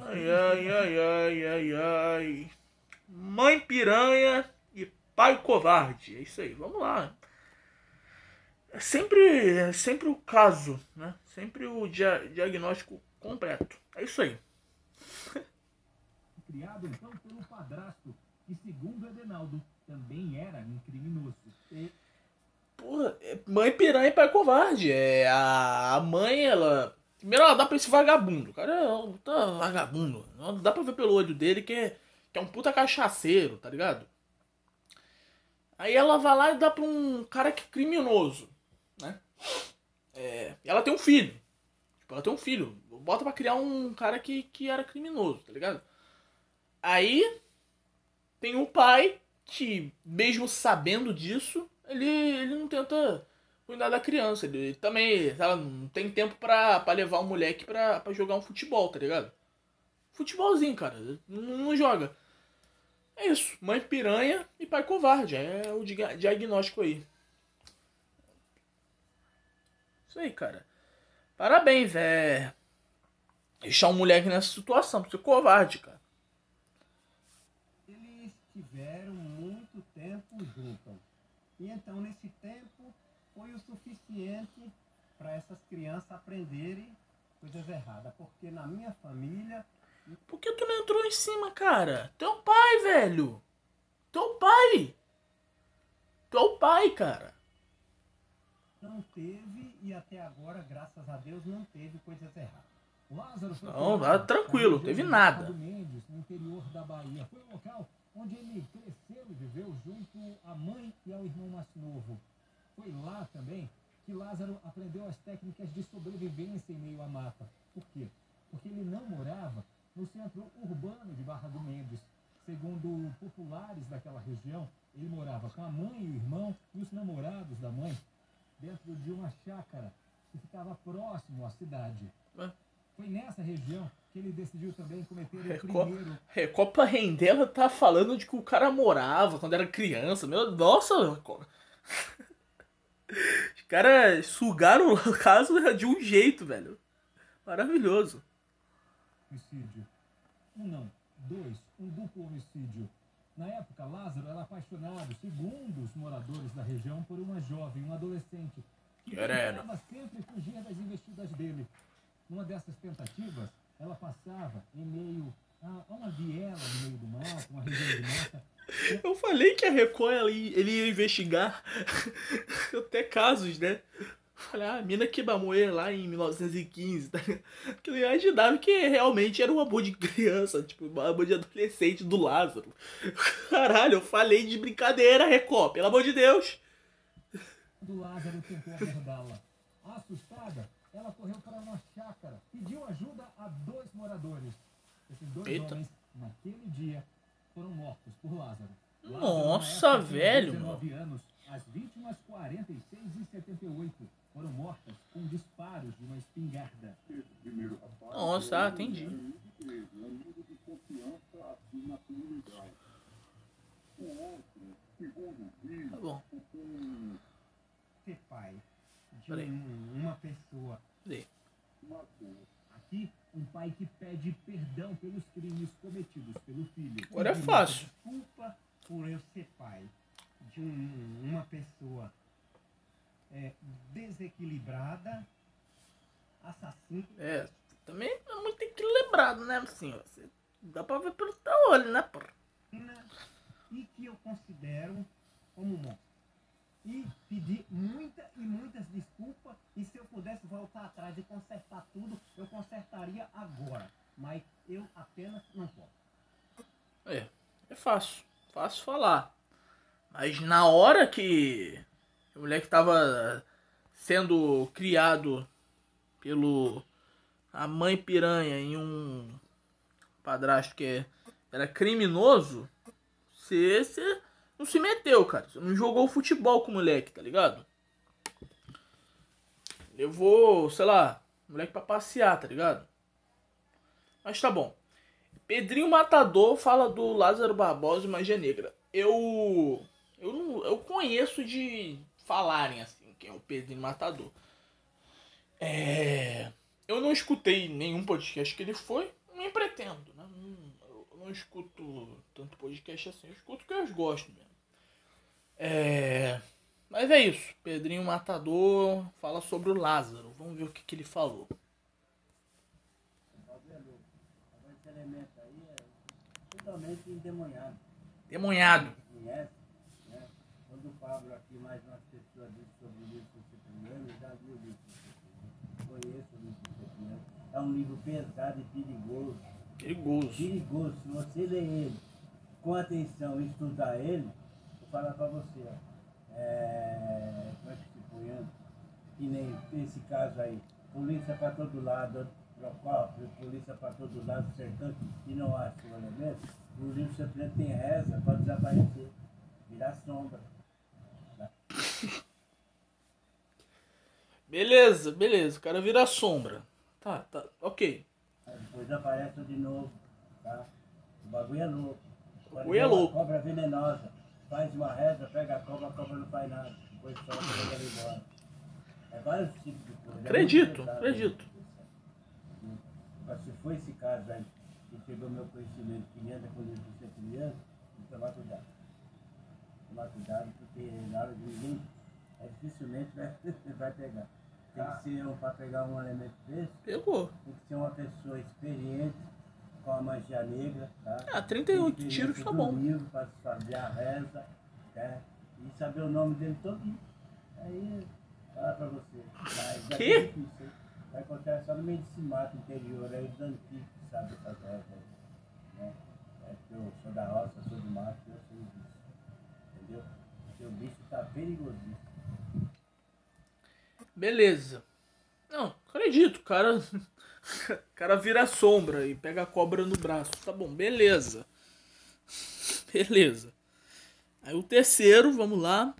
Ai. Mãe piranha e pai covarde. É isso aí, vamos lá. É sempre o caso, né? Sempre o diagnóstico completo. É isso aí. criado então pelo padrasto, que segundo Edenaldo também era um criminoso. Porra, mãe piranha e pai covarde. A mãe, ela... Primeiro ela dá pra esse vagabundo. O cara é um puta vagabundo. Não dá pra ver pelo olho dele que é um puta cachaceiro, tá ligado? Aí ela vai lá e dá pra um cara que é criminoso, né? E ela tem um filho. Tipo, ela tem um filho. Bota pra criar um cara que era criminoso, tá ligado? Aí tem o pai que, mesmo sabendo disso, ele não tenta cuidar da criança. Ele também, ela não tem tempo pra levar o moleque pra jogar um futebol, tá ligado? Futebolzinho, cara. Não joga. É isso. Mãe piranha e pai covarde. É o diagnóstico aí. Isso aí, cara. Parabéns, deixar um moleque nessa situação, pra ser covarde, cara. Eles tiveram muito tempo juntos. E então, nesse tempo, foi o suficiente para essas crianças aprenderem coisas erradas. Porque na minha família... Por que tu não entrou em cima, cara? Tu é o pai, velho. Tu é o pai. Tu é o pai, cara. não teve, e até agora, graças a Deus, não teve coisas erradas. Lázaro foi Não, tá tranquilo, teve nada. Mendes, no interior da Bahia. Foi o local onde ele cresceu e viveu junto à mãe e ao irmão mais novo. Foi lá também que Lázaro aprendeu as técnicas de sobrevivência em meio à mata. Por quê? Porque ele não morava no centro urbano de Barra do Mendes. Segundo populares daquela região, ele morava com a mãe e o irmão e os namorados da mãe dentro de uma chácara que ficava próximo à cidade. Foi nessa região que ele decidiu também cometer o primeiro... Recopa Rendela tá falando de que o cara morava quando era criança. Nossa! Os caras sugaram o caso de um jeito, velho. Maravilhoso. Homicídio. Um duplo homicídio. Na época, Lázaro era apaixonado, segundo os moradores da região, por uma jovem, um adolescente, e Querendo. tentava sempre fugir das investidas dele. Numa dessas tentativas, ela passava em meio a uma viela no meio do mar, com uma região de mata. Eu falei que a Record ele ia investigar até casos, né? Falei, a mina Kibamoe lá em 1915, tá ligado? Que eu imaginava que realmente era um amor de criança, tipo, um amor de adolescente do Lázaro. Caralho, eu falei de brincadeira, Record, pelo amor de Deus. Do Lázaro tentou abordá-la. Assustada, ela correu para uma chácara, pediu ajuda a 2 moradores. Esses 2 Eita. homens, naquele dia, foram mortos por Lázaro. Nossa, Lázaro, na época, tinha velho, 19 anos. As vítimas 46 e 78 foram mortas com disparos de uma espingarda. Nossa, entendi. Tá bom. Ser pai de Peraí. uma pessoa. Cadê? Aqui, um pai que pede perdão pelos crimes cometidos pelo filho. Agora é Pedir fácil. Desculpa por eu ser pai de uma pessoa desequilibrada, assassina. É, também é muito equilibrado, né, assim, ó. Dá pra ver pelo teu olho, né, porra? E que eu considero como monstro. E pedir muitas desculpas. E se eu pudesse voltar atrás e consertar tudo, eu consertaria agora. Mas eu apenas não posso. É fácil. Fácil falar. Mas na hora que o moleque tava sendo criado pelo a mãe piranha e um padrasto que era criminoso, você não se meteu, cara. Você não jogou futebol com o moleque, tá ligado? Levou, sei lá, o moleque pra passear, tá ligado? Mas tá bom. Pedrinho Matador fala do Lázaro Barbosa e Magia Negra. Eu conheço de falarem assim, quem é o Pedrinho Matador. Eu não escutei nenhum podcast que ele foi, nem pretendo, né? Eu não escuto tanto podcast assim, eu escuto o que eu gosto mesmo. Mas é isso, Pedrinho Matador fala sobre o Lázaro. Vamos ver o que ele falou. Esse elemento aí é totalmente endemoniado. Demonhado. Conhece? Né? Quando o Pablo aqui, mais umas pessoas disse sobre o livro do Cipriano, eu já li o livro do Cipriano. Conheço o livro do Cipriano. É um livro pesado e perigoso. Perigoso. Perigoso. Se você ler ele com atenção e estudar ele, vou falar pra você, ó. Como é que se põe? Que nem esse caso aí. Polícia pra todo lado, polícia para todo lado, cercando, e não acha o elemento. O livro Cipriano tem reza para desaparecer, virar sombra. Beleza. O cara vira sombra. Tá, ok. Aí depois aparece de novo, tá? O bagulho é louco. O bagulho é louco. Cobra venenosa. Faz uma reza, pega a cobra não faz nada. Depois solta e pega ela embora. É vários tipos de coisa. Acredito. Mas se for esse caso aí, que chegou meu conhecimento, que anda com o livro do Cipriano, tem que tomar cuidado. Tomar cuidado, porque na hora de ninguém, dificilmente vai pegar. Tem que ser para pegar um elemento desse, Pegou. tem que ser uma pessoa experiente, com a magia negra, tá? 38 Tem tiros tá do bom. livro para fazer a reza, tá? E saber o nome dele todinho. Aí, fala pra você. Mas Que? é difícil, hein? Vai encontrar só no meio desse mato interior aí, os antigos que sabem fazer rezas. Né? Porque eu sou da roça, sou do mato, eu sei disso. Entendeu? Seu bicho tá perigosíssimo. Beleza. Não, acredito, o cara vira sombra e pega a cobra no braço. Tá bom, beleza. Aí o terceiro, vamos lá.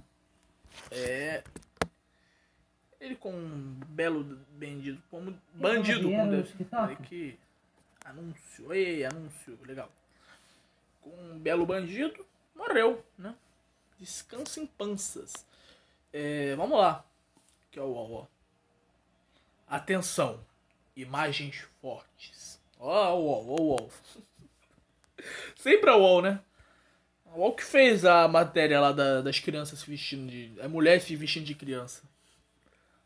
Ele com um belo bandido, como deve ser. Peraí que anúncio, anúncio, legal. Com um belo bandido, morreu, né? Descansa em panças. Vamos lá. Aqui, ó. Atenção. Imagens fortes. Ó. Sempre a UOL, né? A UOL que fez a matéria lá das crianças se vestindo de... A mulher se vestindo de criança.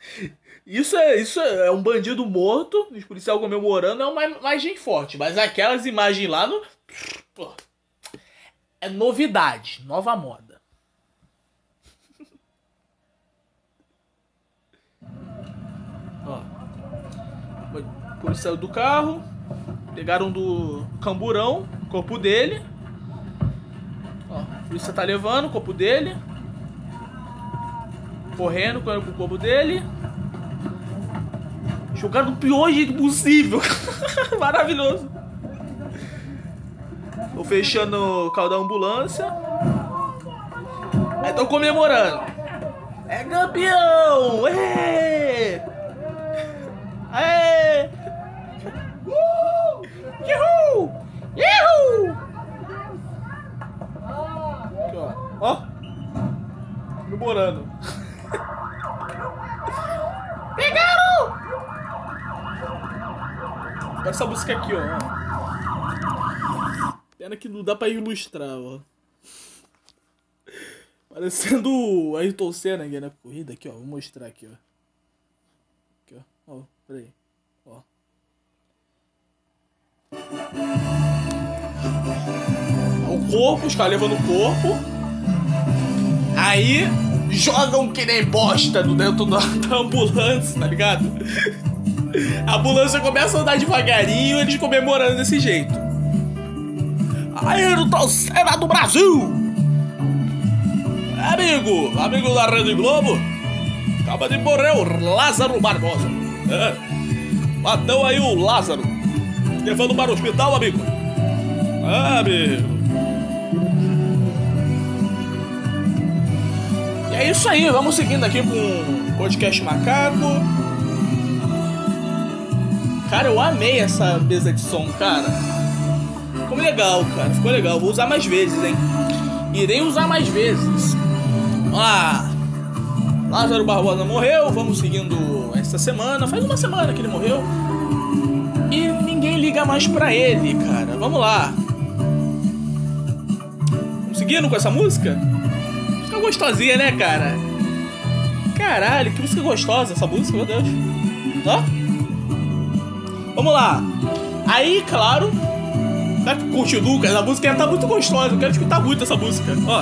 Isso é um bandido morto, os policiais comemorando, é uma imagem forte. Mas aquelas imagens lá, pô, é novidade, nova moda. Ó, o policial saiu do carro, pegaram do camburão o corpo dele. Ó, a polícia tá levando o corpo dele, correndo com o corpo dele. Jogaram do pior jeito possível. Maravilhoso. Tô fechando o carro da ambulância. Aí tô comemorando. É campeão! Êêê! Aê! Yuhu! Yuhu! Aqui, ó. Comemorando. Pegaram! Olha essa música aqui, ó. Pena que não dá pra ilustrar, ó. Parecendo o Ayrton Senna aqui na corrida. Aqui, ó. Vou mostrar aqui, ó. Aqui, ó. Ó, peraí. Ó. O corpo, os caras levando o corpo. Aí jogam que nem bosta dentro da ambulância, tá ligado? A ambulância começa a andar devagarinho, eles comemorando desse jeito. Ayrton Senna do Brasil! Amigo da Rede Globo, acaba de morrer o Lázaro Barbosa. Matou aí o Lázaro, levando para o hospital, amigo. Amigo. E é isso aí, vamos seguindo aqui com o Podcast Macaco. Cara, eu amei essa mesa de som, cara. Ficou legal, cara. Ficou legal. Vou usar mais vezes, hein? Irei usar mais vezes. Vamos lá. Lázaro Barbosa morreu. Vamos seguindo essa semana. Faz uma semana que ele morreu. E ninguém liga mais pra ele, cara. Vamos lá. Vamos seguindo com essa música? Música gostosinha, né, cara? Caralho, que música gostosa essa música, meu Deus. Ó. Vamos lá. Aí, claro, será que continua, cara? A música tá muito gostosa. Eu quero escutar muito essa música. Ó.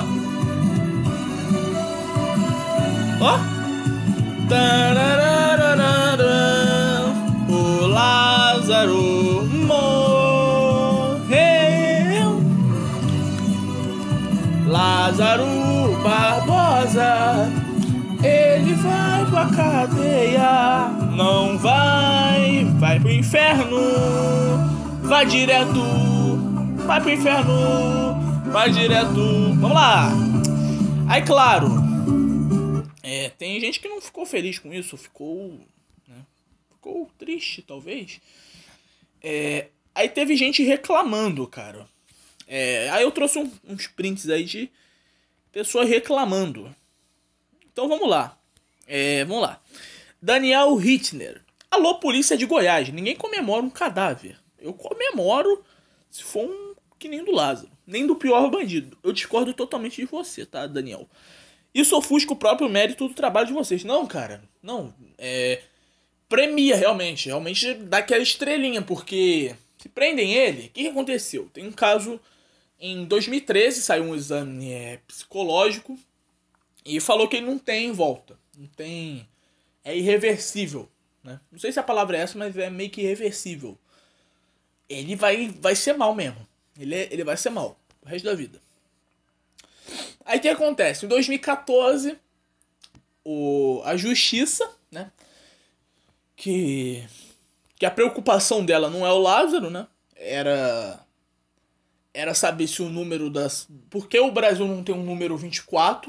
Ó. O Lázaro morreu. Lázaro Barbosa, ele vai pra cadeia. Não vai pro inferno. Vai direto, vai pro inferno. Vai direto. Vamos lá. Aí, claro, tem gente que não ficou feliz com isso. Ficou triste, talvez. Aí teve gente reclamando, cara. Aí eu trouxe uns prints aí de pessoas reclamando. Então vamos lá. Vamos lá. Daniel Hittner. Alô, polícia de Goiás. Ninguém comemora um cadáver. Eu comemoro se for um que nem do Lázaro. Nem do pior bandido. Eu discordo totalmente de você, tá, Daniel? Isso ofusca o próprio mérito do trabalho de vocês. Não, cara. Não. Premia, realmente. Realmente dá aquela estrelinha. Porque se prendem ele, o que aconteceu? Tem um caso em 2013. Saiu um exame psicológico. E falou que ele não tem volta. Não tem... É irreversível, né? Não sei se a palavra é essa, mas é meio que irreversível. Ele vai ser mal mesmo. Ele vai ser mal o resto da vida. Aí o que acontece? Em 2014, a justiça, né? Que a preocupação dela não é o Lázaro, né? Era saber se o número das... Por que o Brasil não tem um número 24?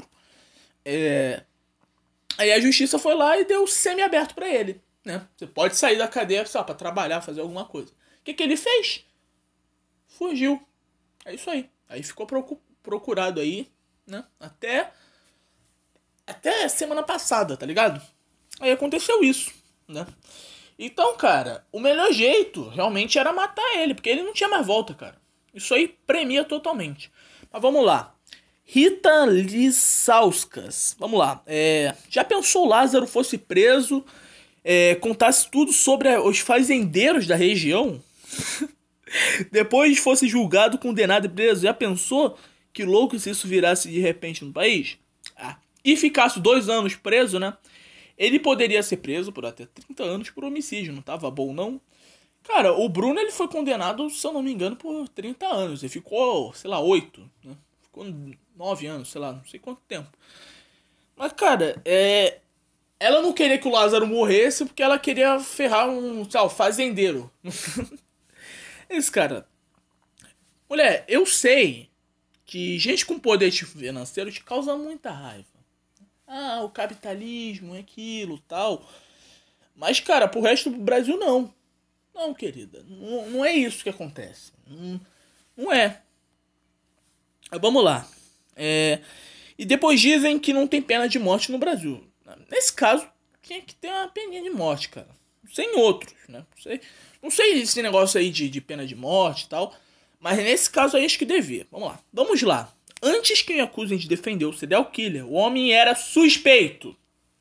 Aí a justiça foi lá e deu semi-aberto pra ele, né? Você pode sair da cadeia só pra trabalhar, fazer alguma coisa. O que ele fez? Fugiu. É isso aí. Aí ficou procurado aí, né? Até semana passada, tá ligado? Aí aconteceu isso, né? Então, cara, o melhor jeito realmente era matar ele, porque ele não tinha mais volta, cara. Isso aí premia totalmente. Mas vamos lá. Rita Lissauskas. Vamos lá. Já pensou Lázaro fosse preso, contasse tudo sobre os fazendeiros da região? Depois fosse julgado, condenado e preso. Já pensou que louco se isso virasse de repente no país? E ficasse 2 anos preso, né? Ele poderia ser preso por até 30 anos por homicídio. Não tava bom, não? Cara, o Bruno ele foi condenado, se eu não me engano, por 30 anos. Ele ficou, sei lá, 8, né? Ficou 9 anos, sei lá, não sei quanto tempo. Mas, cara, ela não queria que o Lázaro morresse porque ela queria ferrar sei lá, fazendeiro. Esse cara... Mulher, eu sei que gente com poder financeiro te causa muita raiva. O capitalismo, aquilo, tal. Mas, cara, pro resto do Brasil, não. Não, querida. Não é isso que acontece. Não é. Vamos lá. E depois dizem que não tem pena de morte no Brasil. Nesse caso, tinha que ter uma peninha de morte, cara. Sem outros, né? Não sei esse negócio aí de pena de morte e tal. Mas nesse caso aí acho que devia. Vamos lá. Antes que me acusem de defender o serial killer, o homem era suspeito.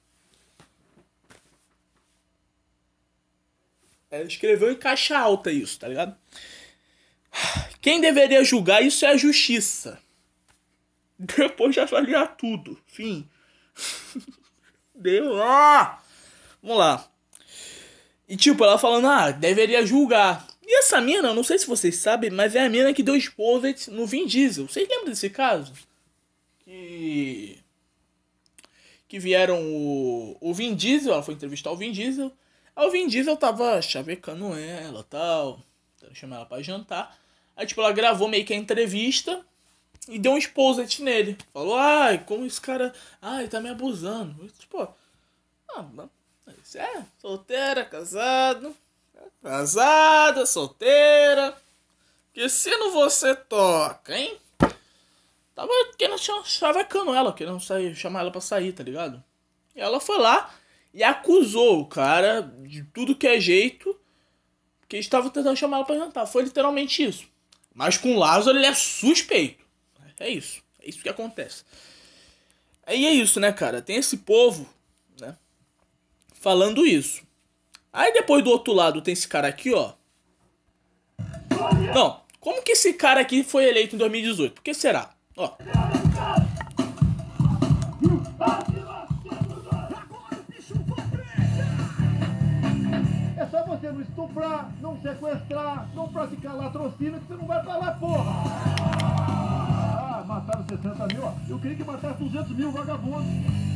Ela escreveu em caixa alta isso, tá ligado? Quem deveria julgar isso é a justiça. Depois de avaliar tudo. Fim. Deu. Vamos lá. E tipo, ela falando, deveria julgar. E essa mina, não sei se vocês sabem, mas é a mina que deu exposed no Vin Diesel. Vocês lembram desse caso? Que vieram o Vin Diesel, ela foi entrevistar o Vin Diesel. Aí o Vin Diesel tava chavecando ela e tal, chamando ela pra jantar. Aí tipo, ela gravou meio que a entrevista e deu um exposed nele. Falou, como esse cara, ele tá me abusando. Eu, tipo, isso solteira, casado... Casada, solteira. Que sino você toca, hein? Tava querendo chavecando ela, querendo chamar ela pra sair, tá ligado? E ela foi lá e acusou o cara de tudo que é jeito, que estava tentando chamar ela pra jantar. Foi literalmente isso. Mas com o Lázaro ele é suspeito. É isso que acontece. Aí é isso, né, cara? Tem esse povo, né, falando isso. Aí depois do outro lado tem esse cara aqui, ó. Não, como que esse cara aqui foi eleito em 2018? Por que será? Ó. É só você não estuprar, não sequestrar, não praticar latrocínio que você não vai pra lá, porra! Mataram 60 mil, ó. Eu queria que matasse 200 mil vagabundos.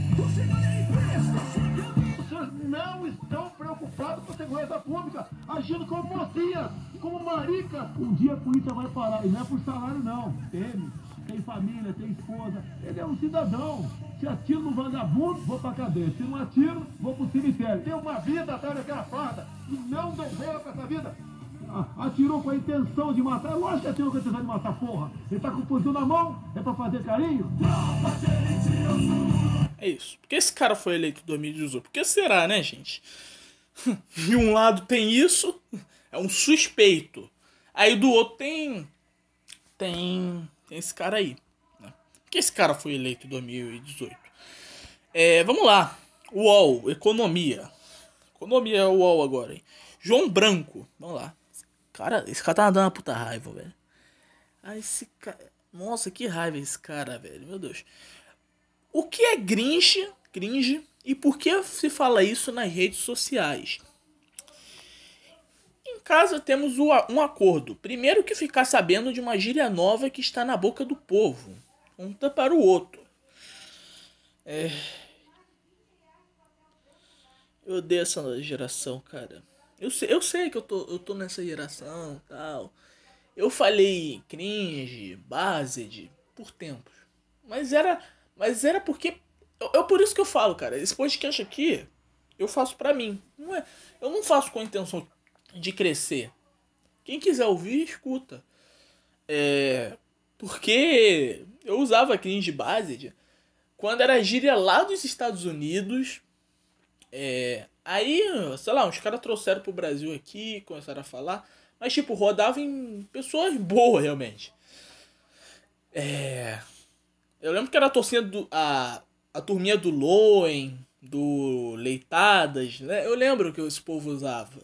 Vocês não estão preocupados com a segurança pública, agindo como mocinhas, como maricas. Um dia a polícia vai parar, e não é por salário não. Tem família, tem esposa, ele é um cidadão. Se atiro no vagabundo, vou pra cadeia. Se não atiro, vou pro cemitério. Tem uma vida atrás daquela farda e não dou bola pra essa vida. Atirou com a intenção de matar. Lógico que atirou com a intenção de matar, porra. Ele tá com o fuzil na mão, é pra fazer carinho? É isso. Por que esse cara foi eleito em 2018? Por que será, né, gente? De um lado tem isso, é um suspeito. Aí do outro tem esse cara aí, né? Por que esse cara foi eleito em 2018? Vamos lá. UOL, economia. Economia é o UOL agora, hein? João Branco. Vamos lá. Esse cara tá me dando uma puta raiva, velho. Esse cara... Nossa, que raiva esse cara, velho. Meu Deus. O que é cringe? E por que se fala isso nas redes sociais? Em casa temos um acordo. Primeiro que ficar sabendo de uma gíria nova que está na boca do povo. Conta para o outro. Eu odeio essa geração, cara. Eu sei que eu tô nessa geração e tal. Eu falei cringe, based, por tempos. Mas era porque... por isso que eu falo, cara. Esse podcast aqui, eu faço pra mim. Eu não faço com a intenção de crescer. Quem quiser ouvir, escuta. Porque eu usava cringe based quando era gíria lá dos Estados Unidos. Aí, sei lá, uns caras trouxeram pro Brasil aqui, começaram a falar. Mas, tipo, rodava em pessoas boas, realmente. Eu lembro que era a torcida a turminha do Loen, do Leitadas, né? Eu lembro que esse povo usava.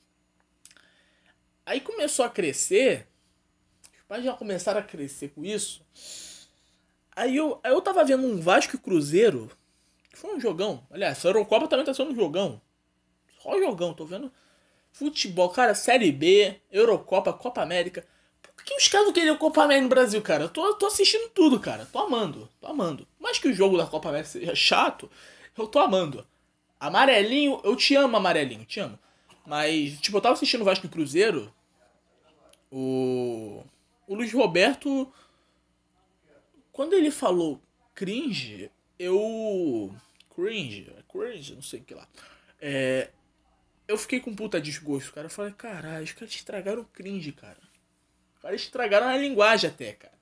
Aí começou a crescer, os pais já começaram a crescer com isso. Aí eu tava vendo um Vasco e Cruzeiro, que foi um jogão. Aliás, a Eurocopa também tá sendo um jogão. Só jogão, tô vendo futebol, cara, Série B, Eurocopa, Copa América. Por que os caras não queriam Copa América no Brasil, cara? Eu tô assistindo tudo, cara. Tô amando. Mais que o jogo da Copa América seja chato, eu tô amando. Amarelinho, eu te amo, Amarelinho, te amo. Mas, tipo, eu tava assistindo o Vasco e Cruzeiro. O Luiz Roberto, quando ele falou cringe, Cringe, não sei o que lá. Eu fiquei com puta desgosto, cara. Eu falei, caralho, os caras estragaram o cringe, cara. Os caras estragaram a linguagem até, cara.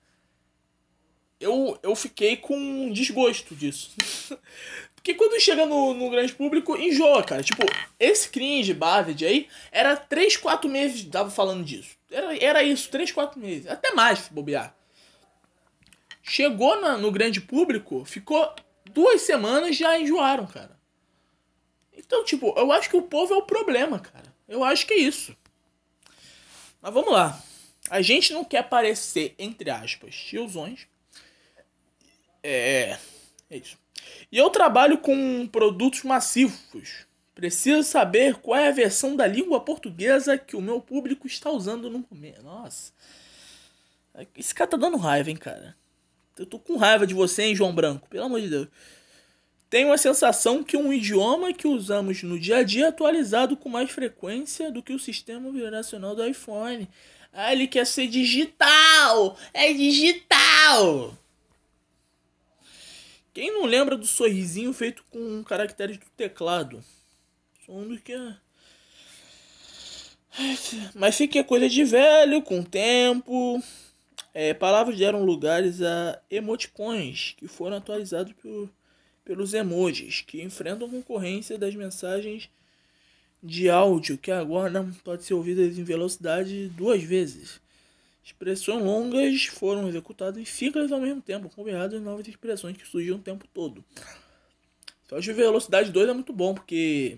Eu fiquei com desgosto disso. Porque quando chega no grande público, enjoa, cara. Tipo, esse cringe, Baved aí, era 3, 4 meses, tava falando disso. Era isso, 3, 4 meses. Até mais, se bobear. Chegou no grande público, ficou 2 semanas, já enjoaram, cara. Então, tipo, eu acho que o povo é o problema, cara. Eu acho que é isso. Mas vamos lá. A gente não quer parecer, entre aspas, tiozões. É isso. E eu trabalho com produtos massivos. Preciso saber qual é a versão da língua portuguesa que o meu público está usando no momento. Nossa. Esse cara tá dando raiva, hein, cara. Eu tô com raiva de você, hein, João Branco. Pelo amor de Deus. Tenho a sensação que um idioma que usamos no dia a dia é atualizado com mais frequência do que o sistema operacional do iPhone. Ah, ele quer ser digital! É digital! Quem não lembra do sorrisinho feito com caracteres do teclado? Som do que é... Mas sei que é coisa de velho, com o tempo. Palavras deram lugares a emoticons, que foram atualizados pelos emojis, que enfrentam concorrência das mensagens de áudio, que agora pode ser ouvidas em velocidade 2 vezes. Expressões longas foram executadas em ciclos ao mesmo tempo, combinadas em novas expressões que surgiam o tempo todo. Só de velocidade 2 é muito bom, porque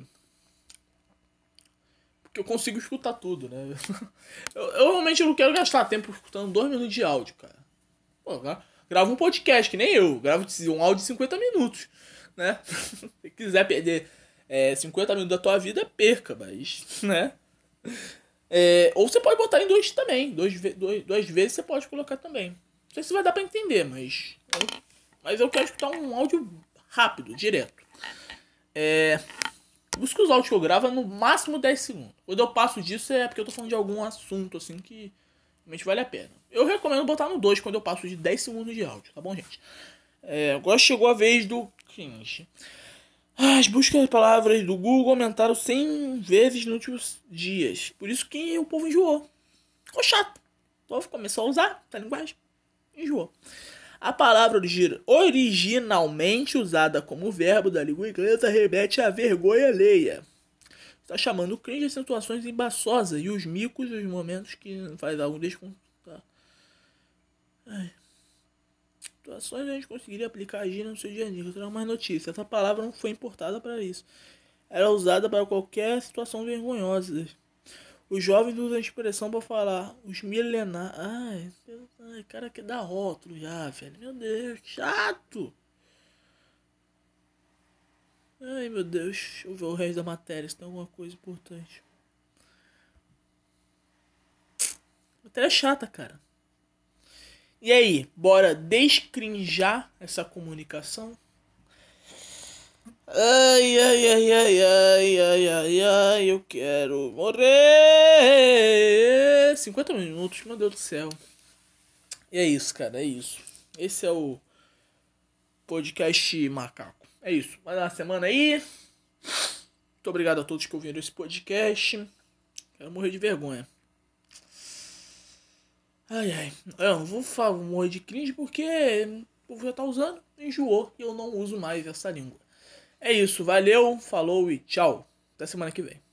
eu consigo escutar tudo, né? eu realmente não quero gastar tempo escutando 2 minutos de áudio, cara. Pô, gravo um podcast, que nem eu. Gravo um áudio de 50 minutos, né? Se quiser perder 50 minutos da tua vida, perca, mas, né? Ou você pode botar em 2 também. 2 vezes você pode colocar também. Não sei se vai dar pra entender, mas eu quero escutar um áudio rápido, direto. Busca os áudios que eu gravo no máximo 10 segundos. Quando eu passo disso é porque eu tô falando de algum assunto assim que realmente vale a pena. Eu recomendo botar no 2 quando eu passo de 10 segundos de áudio, tá bom, gente? Agora chegou a vez do cringe. As buscas de palavras do Google aumentaram 100 vezes nos últimos dias. Por isso que o povo enjoou. Ficou chato. O povo começou a usar a linguagem. Enjoou. A palavra originalmente usada como verbo da língua inglesa remete à vergonha alheia. Está chamando o cringe de situações embaraçosas e os micos e os momentos que faz algo descontar. Situações a gente conseguiria aplicar a gíria no seu dia a dia. Terá mais notícia. Essa palavra não foi importada para isso. Era usada para qualquer situação vergonhosa. Os jovens usam a expressão para falar. Os milenares... Ai, cara, que dá rótulo já, velho. Meu Deus, que chato. Ai, meu Deus. Deixa eu ver o resto da matéria, se tem alguma coisa importante. Matéria chata, cara. E aí, bora descrinjar essa comunicação? Ai, eu quero morrer. 50 minutos, meu Deus do céu. E é isso, cara, é isso. Esse é o podcast macaco. É isso, vai dar uma semana aí. Muito obrigado a todos que ouviram esse podcast. Quero morrer de vergonha. Eu não vou morrer de cringe porque o povo já tá usando, enjoou e eu não uso mais essa língua. É isso, valeu, falou e tchau. Até semana que vem.